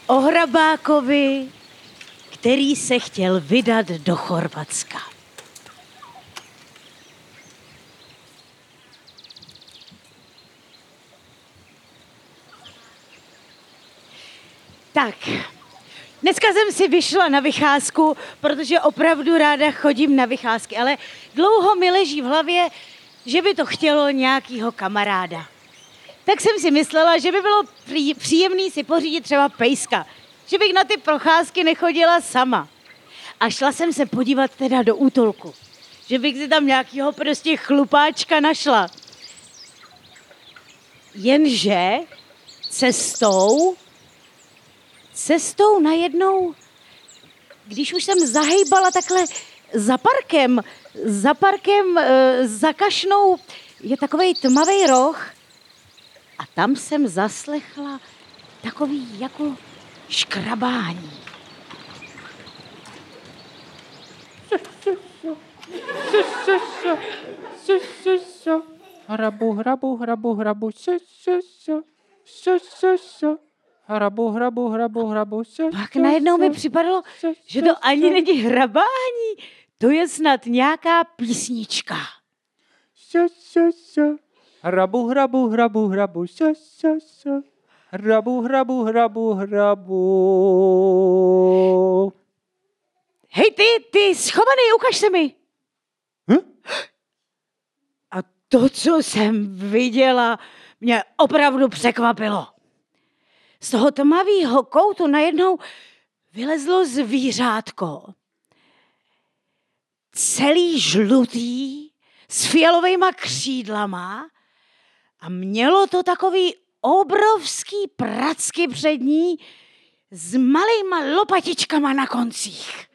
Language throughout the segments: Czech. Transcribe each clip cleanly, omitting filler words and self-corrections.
o hrabákovi, který se chtěl vydat do Chorvatska. Tak, dneska jsem si vyšla na vycházku, protože opravdu ráda chodím na vycházky, ale dlouho mi leží v hlavě, že by to chtělo nějakýho kamaráda. Tak jsem si myslela, že by bylo příjemný si pořídit třeba pejska, že bych na ty procházky nechodila sama. A šla jsem se podívat teda do útulku, že bych si tam nějakýho prostě chlupáčka našla. Jenže cestou najednou, když už jsem zahejbala takhle za parkem za kašnou, je takovej tmavej roh a tam jsem zaslechla takový jako škrabání. Hrabu, hrabu, hrabu, hrabu, hrabu. Pak najednou mi připadalo, že to ani není hrabání, to je snad nějaká písnička. Hrabu, hrabu, hrabu, hrabu, hrabu, hrabu, hrabu, hrabu. Hej ty schovaný, ukaž se mi. A to, co jsem viděla, mě opravdu překvapilo. Z toho tmavého koutu najednou vylezlo zvířátko. Celý žlutý, s fialovejma křídlama a mělo to takový obrovský pracky přední s malejma lopatičkama na koncích.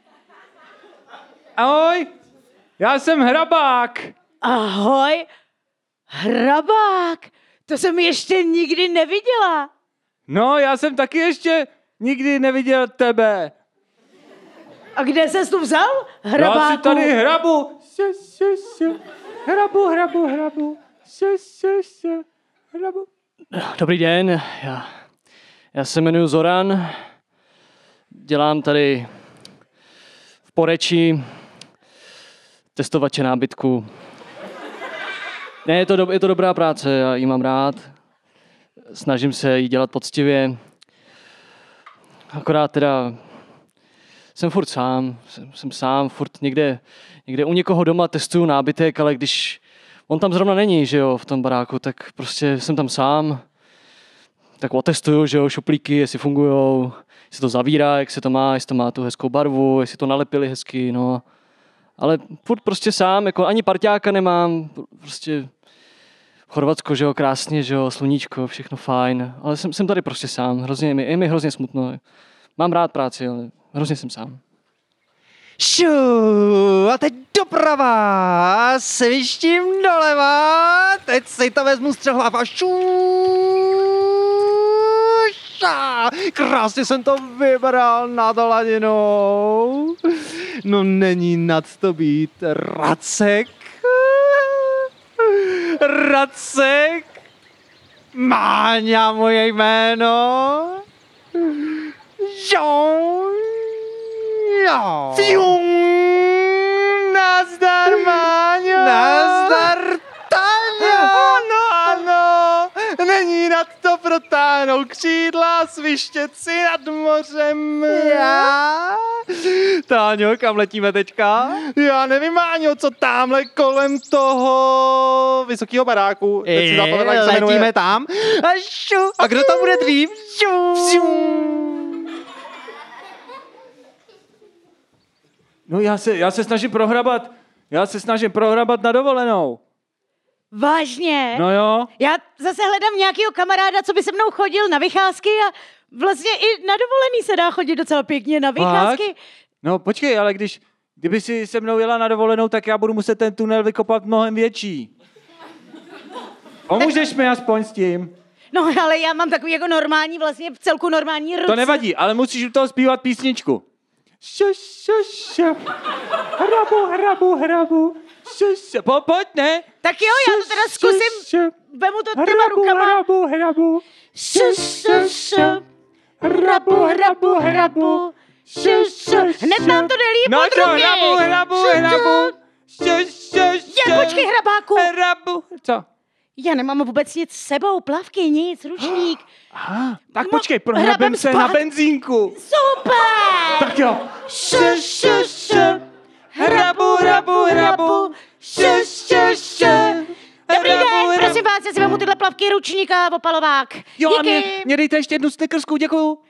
Ahoj, já jsem hrabák. Ahoj, hrabák, to jsem ještě nikdy neviděla. No, já jsem taky ještě nikdy neviděl tebe. A kde ses tu vzal, hrabáku? Já si tady hrabu. Hrabu, hrabu, hrabu. Hrabu. Dobrý den, já se jmenuji Zoran, dělám tady v Porečí testovače nábytku. Ne, je to dobrá práce, já ji mám rád, snažím se ji dělat poctivě, akorát teda jsem furt sám, jsem sám, furt někde u někoho doma testuju nábytek, ale když on tam zrovna není, že jo, v tom baráku, tak prostě jsem tam sám, tak otestuju, že jo, šuplíky, jestli fungujou, jestli to zavírá, jak se to má, jestli to má tu hezkou barvu, jestli to nalepili hezky, no. Ale furt prostě sám, jako ani parťáka nemám, prostě Chorvatsko, že jo, krásně, že jo, sluníčko, všechno fajn, ale jsem tady prostě sám, je mi hrozně smutno. Mám rád práci, ale hrozně jsem sám. A teď doprava, svištím doleva, teď si to vezmu střehlava, krásně jsem to vybral nad hladinou. No není nad to být Racek. Racek, Máňa moje jméno. Fium! Nazdar, Máňo! Nazdar, Táňo! Ano! Není nad to protáhnout křídla, svištět si nad mořem. Já? Táňo, kam letíme teďka? Já nevím, Máňo, co tamhle kolem toho vysokého baráku. Teď si zapovedla, jak se jmenuje. Letíme tam. A kdo tam bude dřív? No já se snažím prohrabat na dovolenou. Vážně? No jo. Já zase hledám nějakého kamaráda, co by se mnou chodil na vycházky a vlastně i na dovolený se dá chodit docela pěkně na vycházky. Fakt? No počkej, ale kdyby si se mnou jela na dovolenou, tak já budu muset ten tunel vykopat mnohem větší. Pomůžeš mi aspoň s tím? No ale já mám takový jako normální, vlastně v celku normální ruce. To nevadí, ale musíš u toho zpívat písničku. Hrabu. Pojď, ne? Tak jo, já to teda zkusím. Vemu to těma rukama. Hrabu. hrabu, hrabu, hrabu. Hned nám to delí No pod čo, ruky. hrabu. Počkej, hrabáku. Hrabu. Co? Já nemám vůbec nic s sebou, plavky, nic, ručník. Aha, tak počkej, hrabem prohrabem se na spát. benzínku. Super! Tak jo. Hrabu. Dobrý den, prosím vás, já si vemu tyhle plavky, ručník a opalovák. Jo, a Díky. mě dejte ještě jednu snickersku, děkuju.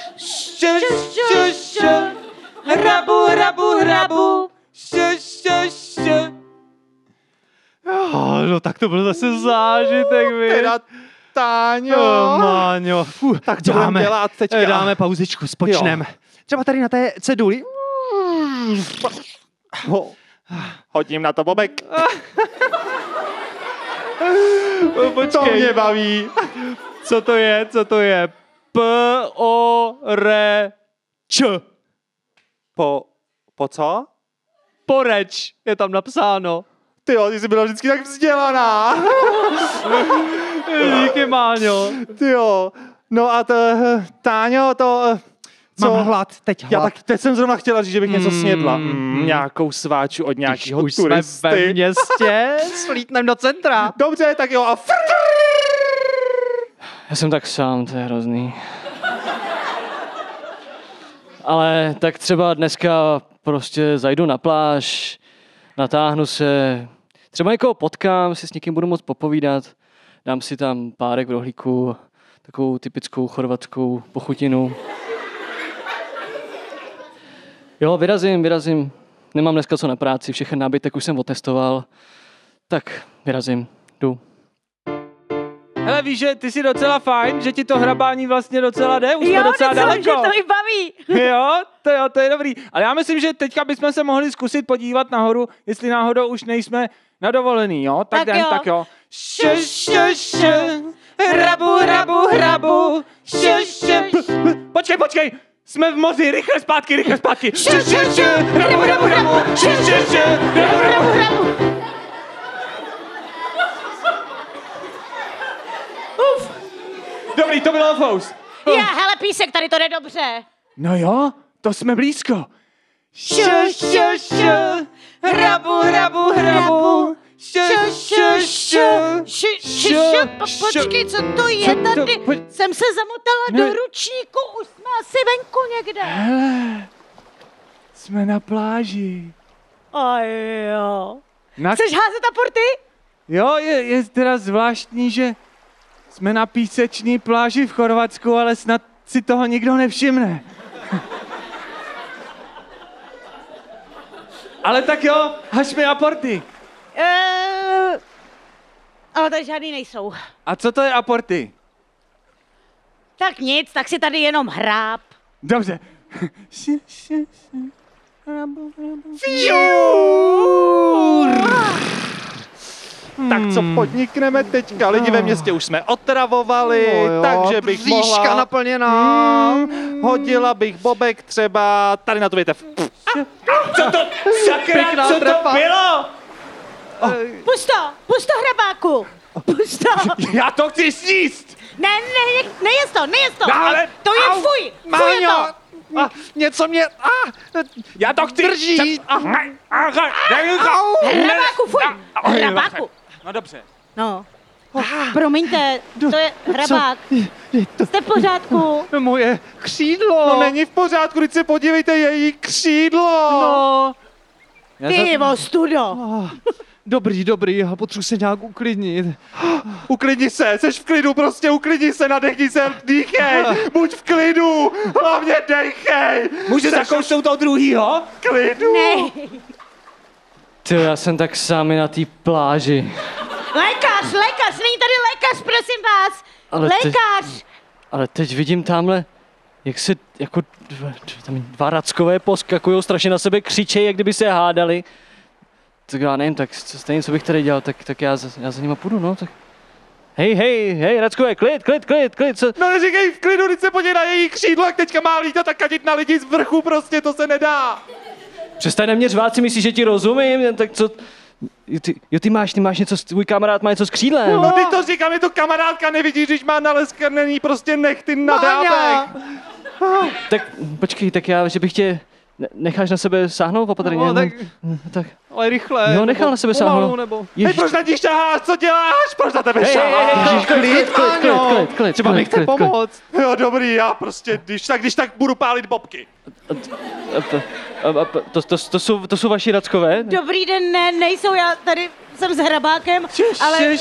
Hrabu. No tak to byl zase zážitek, víš. Teda Táňo. Máňo. Tak co budeme dělat teďka? Dáme pauzičku, spočneme. Třeba tady na té ceduli. Hodím na to bobek. To Počkej, mě baví. co to je? P-O-R-Č. Po co? Poreč je tam napsáno. Tyjo, ty jsi byla vždycky tak vzdělaná. Díky, Máňo. Tyjo. No a Táňo, to... Co? Mám hlad, teď Já hlad. tak teď jsem zrovna chtěla říct, že bych něco snědla. Nějakou sváču od nějakého turisty. Jsme ve městě, slítnem do centra. Dobře, tak jo a Já jsem tak sám, to je hrozný. Ale tak třeba dneska prostě zajdu na pláž, natáhnu se, třeba někoho potkám, si s někým budu moct popovídat, dám si tam párek v rohlíku, takovou typickou chorvatskou pochutinu. Jo, vyrazím. Nemám dneska co na práci, všechny nábytek už jsem otestoval. Tak, vyrazím, jdu. Hele, víš, že ty jsi docela fajn, že ti to hrabání vlastně docela jde, už jsme Jo, docela daleko. že to i baví. Jo, to je dobrý. Ale já myslím, že teďka bychom se mohli zkusit podívat nahoru, jestli náhodou už nejsme na dovolený, jo? Tak jo. Tak jo. Hrabu. Počkej. Jsme v moři, rychle zpátky. Hrabu. Dobrý, to bylo fous. Hele, písek, tady to jde dobře. No jo, to jsme blízko. Hrabu. Počkej, co to je tady? Jsem se zamotala do ručníku, už jsme asi venku někde. Hele, jsme na pláži. A jo. Na... Chceš házet aporty? Jo, je teda zvláštní, že jsme na písečný pláži v Chorvatsku, ale snad si toho nikdo nevšimne. Ale tak jo, haž mi aporty. Ale tady žádný nejsou. A co to je aporty? Tak nic, tak si tady jenom hráb. Dobře. Tak co podnikneme teďka? Lidi ve městě už jsme otravovali, takže bych mohla... naplněná. Hodila bych bobek třeba tady na tu větev. Co to, sakra, co to bylo? Pusto, hrabáku. Pusto. Já to chci sníst. Nejez to. No, ale- To je fuj je to. Něco mě... Já to chci. Drží. Hrabáku, fuj. Hrabáku. No dobře. No. Promiňte, to je hrabák. Jste v pořádku? Moje křídlo. No není v pořádku, když se podívejte, její křídlo. No. Ty studo. Dobrý, já potřebuji se nějak uklidnit. Uklidni se, seš v klidu, prostě uklidni se, nadechni se, dýchej, buď v klidu, hlavně dejchej. Můžu zakousnout toho druhýho? Klidu. Ne. Ty, já jsem tak sám na té pláži. Lékař, není tady lékař, prosím vás. Ale Lékař. Ale teď vidím tamhle, jak se jako tam dva rackové poskakujou, strašně na sebe křičejí, jak kdyby se hádali. Tak já nevím, tak stejně, co bych tady dělal, tak já za nima půjdu, no, tak... Hej, rackové, klid, co... No neříkej v klidu, když se podívej na její křídlo, jak teďka má lítat a kadit na lidi z vrchu, prostě to se nedá. Přestaň na mě řvát, si myslíš, že ti rozumím, tak co... Ty máš něco, tvůj kamarád má něco s křídlem. No ty to říkám, je to kamarádka, nevidíš, když má naleskaný prostě nechty na drápech. Tak počkej, tak já, že bych tě... Necháš na sebe sáhnout opatrně? No, tak- tak. Ale rychle. Jo, nechal na sebe pomalu, sáhnout. nebo... Hej, proč na ní šaháš? Co děláš? Proč na tebe šaháš? Klid, Třeba mi chce pomoct. Jo, dobrý, já prostě, když tak budu pálit bobky. To jsou vaši Rackové? Dobrý den, ne, nejsou, já tady jsem s Hrabákem, ale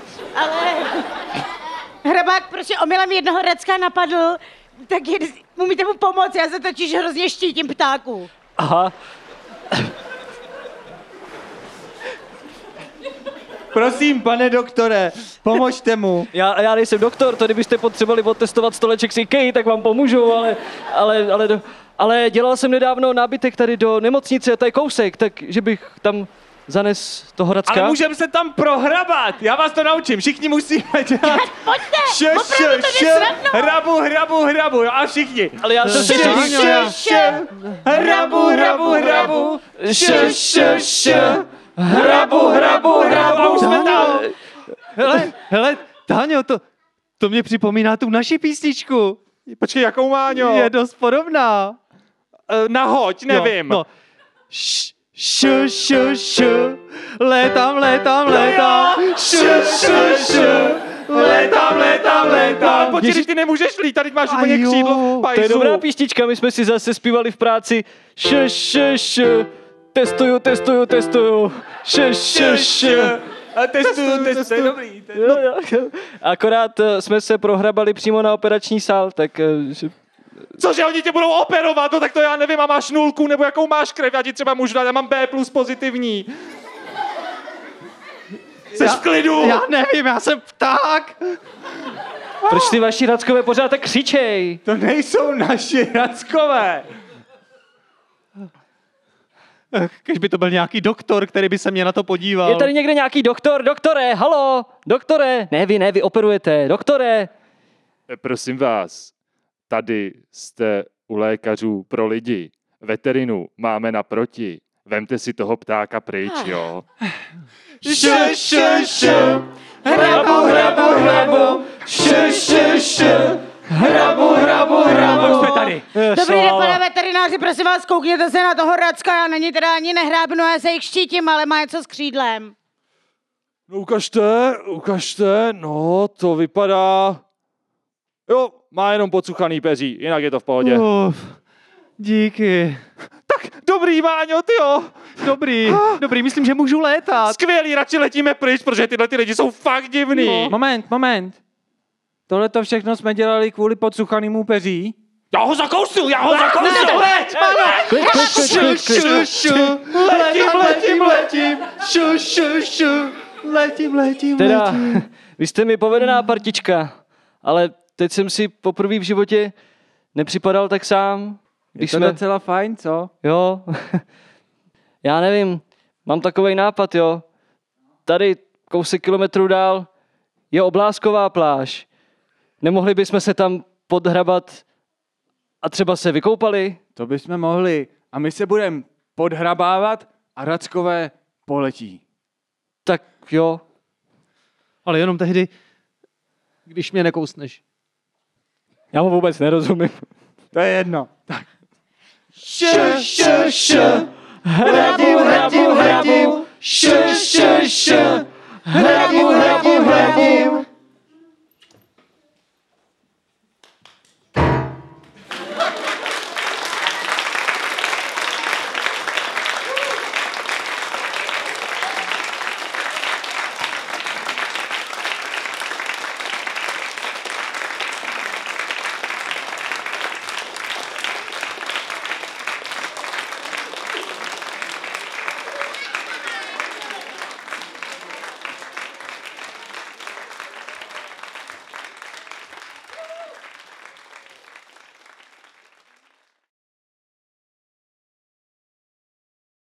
Hrabák prostě omylem jednoho Racka napadl, tak umíte mu pomoct, já se totiž hrozně štítím ptáků. Aha. Prosím, pane doktore, pomožte mu. Já nejsem doktor, to kdybyste potřebovali otestovat stoleček s IKEA, tak vám pomůžu, ale dělal jsem nedávno nábytek tady do nemocnice, to je kousek, takže bych tam zanes toho Racka. Ale můžeme se tam prohrabat, já vás to naučím, všichni musíme dělat. Pojďte, opravdu to jde snadno. hrabu, jo, a všichni. Ale já jsem hrabu, hrabu, a už jsme tam. Hele, Táňo, to mě připomíná tu naši písničku. Počkej, jakou, Máňo? Je dost podobná. Nahoď, nevím. No. Létám. Létám. Počkej, ty nemůžeš lít, tady máš úplně jo, křídlo v To je pajzu. dobrá písnička, my jsme si zase zpívali v práci. Testuju. Testuju, to je dobrý. Jo. Akorát jsme se prohrabali přímo na operační sál, tak... Cože, oni tě budou operovat, no tak to já nevím, a máš nulku, nebo jakou máš krev, já ti třeba můžu dát, já mám B+ pozitivní. Jseš v klidu? Já nevím, já jsem pták. Proč ty vaši Rackové pořád tak křičej? To nejsou naši Rackové. Když by to byl nějaký doktor, který by se mě na to podíval. Je tady někde nějaký doktor? Doktore, halo? Doktore? Ne, vy operujete. Doktore? Prosím vás, tady jste u lékařů pro lidi. Veterinu máme naproti. Vemte si toho ptáka pryč, jo? Hrabu. Hrabu. Už jsme tady. Dobrý den, pane veterináři, prosím vás, koukněte se na toho Racka, já na ní teda ani nehrábnu, já se jich štítím, ale má něco s křídlem. No ukažte, no to vypadá... Jo, má jenom podsuchaný peří, jinak je to v pohodě. Díky. Tak, dobrý, Váňo, tyjo. Dobrý, myslím, že můžu létat. Skvělý, radši letíme pryč, protože tyhle ty lidi jsou fakt divný. Moment. Tohle to všechno jsme dělali kvůli podsuchanému peří. Já ho zakousnu! Leď! Letím. Teda, vy jste mi povedená partička, ale teď jsem si poprvé v životě nepřipadal tak sám. Je to docela fajn, co? Jo, já nevím, mám takovej nápad, jo. Tady kousek kilometrů dál je Oblásková pláž. Nemohli bychom se tam podhrabat a třeba se vykoupali? To bychom mohli. A my se budeme podhrabávat a Rackové poletí. Tak jo. Ale jenom tehdy, když mě nekousneš. Já mu vůbec nerozumím. To je jedno. Tak. Hrabu.